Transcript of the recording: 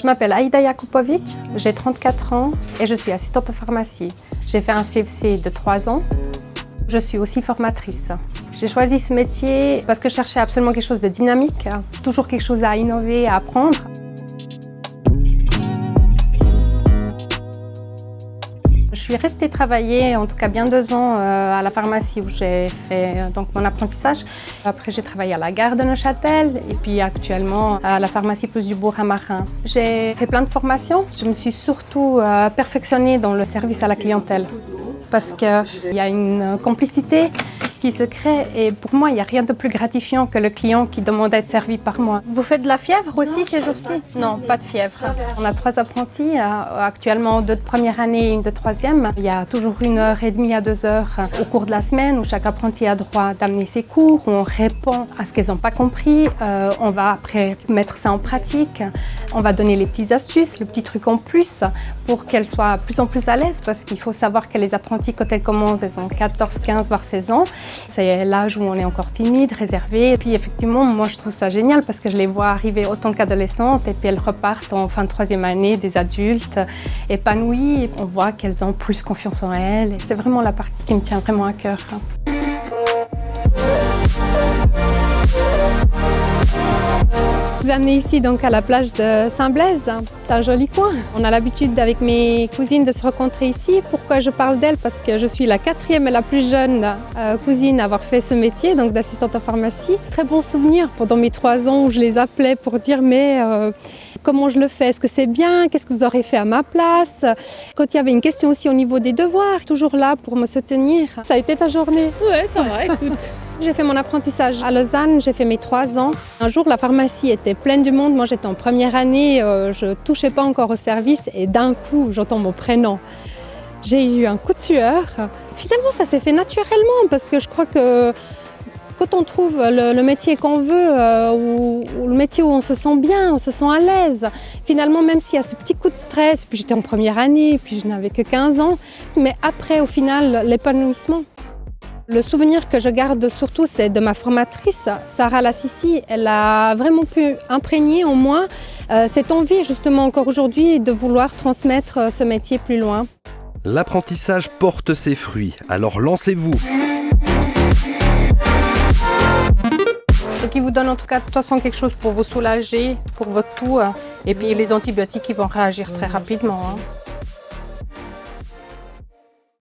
Je m'appelle Aïda Jakupovic, j'ai 34 ans et je suis assistante en pharmacie. J'ai fait un CFC de 3 ans. Je suis aussi formatrice. J'ai choisi ce métier parce que je cherchais absolument quelque chose de dynamique, toujours quelque chose à innover, à apprendre. Je suis restée travailler, en tout cas bien 2 ans, à la pharmacie où j'ai fait donc, mon apprentissage. Après, j'ai travaillé à la gare de Neuchâtel et puis actuellement à la pharmacie Plus du Bourg à Marin. J'ai fait plein de formations. Je me suis surtout perfectionnée dans le service à la clientèle parce qu'il y a une complicité qui se crée et pour moi, il n'y a rien de plus gratifiant que le client qui demande à être servi par moi. Vous faites de la fièvre aussi ces jours-ci? Non, pas de fièvre. On a 3 apprentis, actuellement 2 de première année et 1 de troisième. Il y a toujours 1h30 à 2 heures au cours de la semaine où chaque apprenti a droit d'amener ses cours, où on répond à ce qu'elles n'ont pas compris. On va après mettre ça en pratique. On va donner les petites astuces, le petit truc en plus pour qu'elles soient de plus en plus à l'aise parce qu'il faut savoir que les apprentis, quand elles commencent, elles ont 14, 15, voire 16 ans. C'est l'âge où on est encore timide, réservé. Et puis effectivement, moi je trouve ça génial parce que je les vois arriver autant qu'adolescentes et puis elles repartent en fin de 3e année, des adultes épanouies. On voit qu'elles ont plus confiance en elles et c'est vraiment la partie qui me tient vraiment à cœur. Je vous amenez ici donc à la plage de Saint-Blaise. C'est un joli coin. On a l'habitude avec mes cousines de se rencontrer ici. Pourquoi je parle d'elles? Parce que je suis la 4e et la plus jeune cousine à avoir fait ce métier, donc d'assistante en pharmacie. Très bon souvenir pendant mes 3 ans où je les appelais pour dire mais comment je le fais? Est-ce que c'est bien? Qu'est-ce que vous aurez fait à ma place? Quand il y avait une question aussi au niveau des devoirs, toujours là pour me soutenir. Ça a été ta journée? Ouais, ça va, écoute. J'ai fait mon apprentissage à Lausanne, j'ai fait mes 3 ans. Un jour, la pharmacie était pleine du monde. Moi, j'étais en première année, je ne touchais pas encore au service et d'un coup, j'entends mon prénom. J'ai eu un coup de sueur. Finalement, ça s'est fait naturellement parce que je crois que quand on trouve le métier qu'on veut ou le métier où on se sent bien, on se sent à l'aise, finalement, même s'il y a ce petit coup de stress, puis j'étais en première année, puis je n'avais que 15 ans, mais après, au final, l'épanouissement. Le souvenir que je garde surtout, c'est de ma formatrice, Sarah Lassissi. Elle a vraiment pu imprégner en moi cette envie, justement, encore aujourd'hui, de vouloir transmettre ce métier plus loin. L'apprentissage porte ses fruits, alors lancez-vous! Ce qui vous donne en tout cas de toute façon quelque chose pour vous soulager, pour votre toux, et puis les antibiotiques qui vont réagir très rapidement.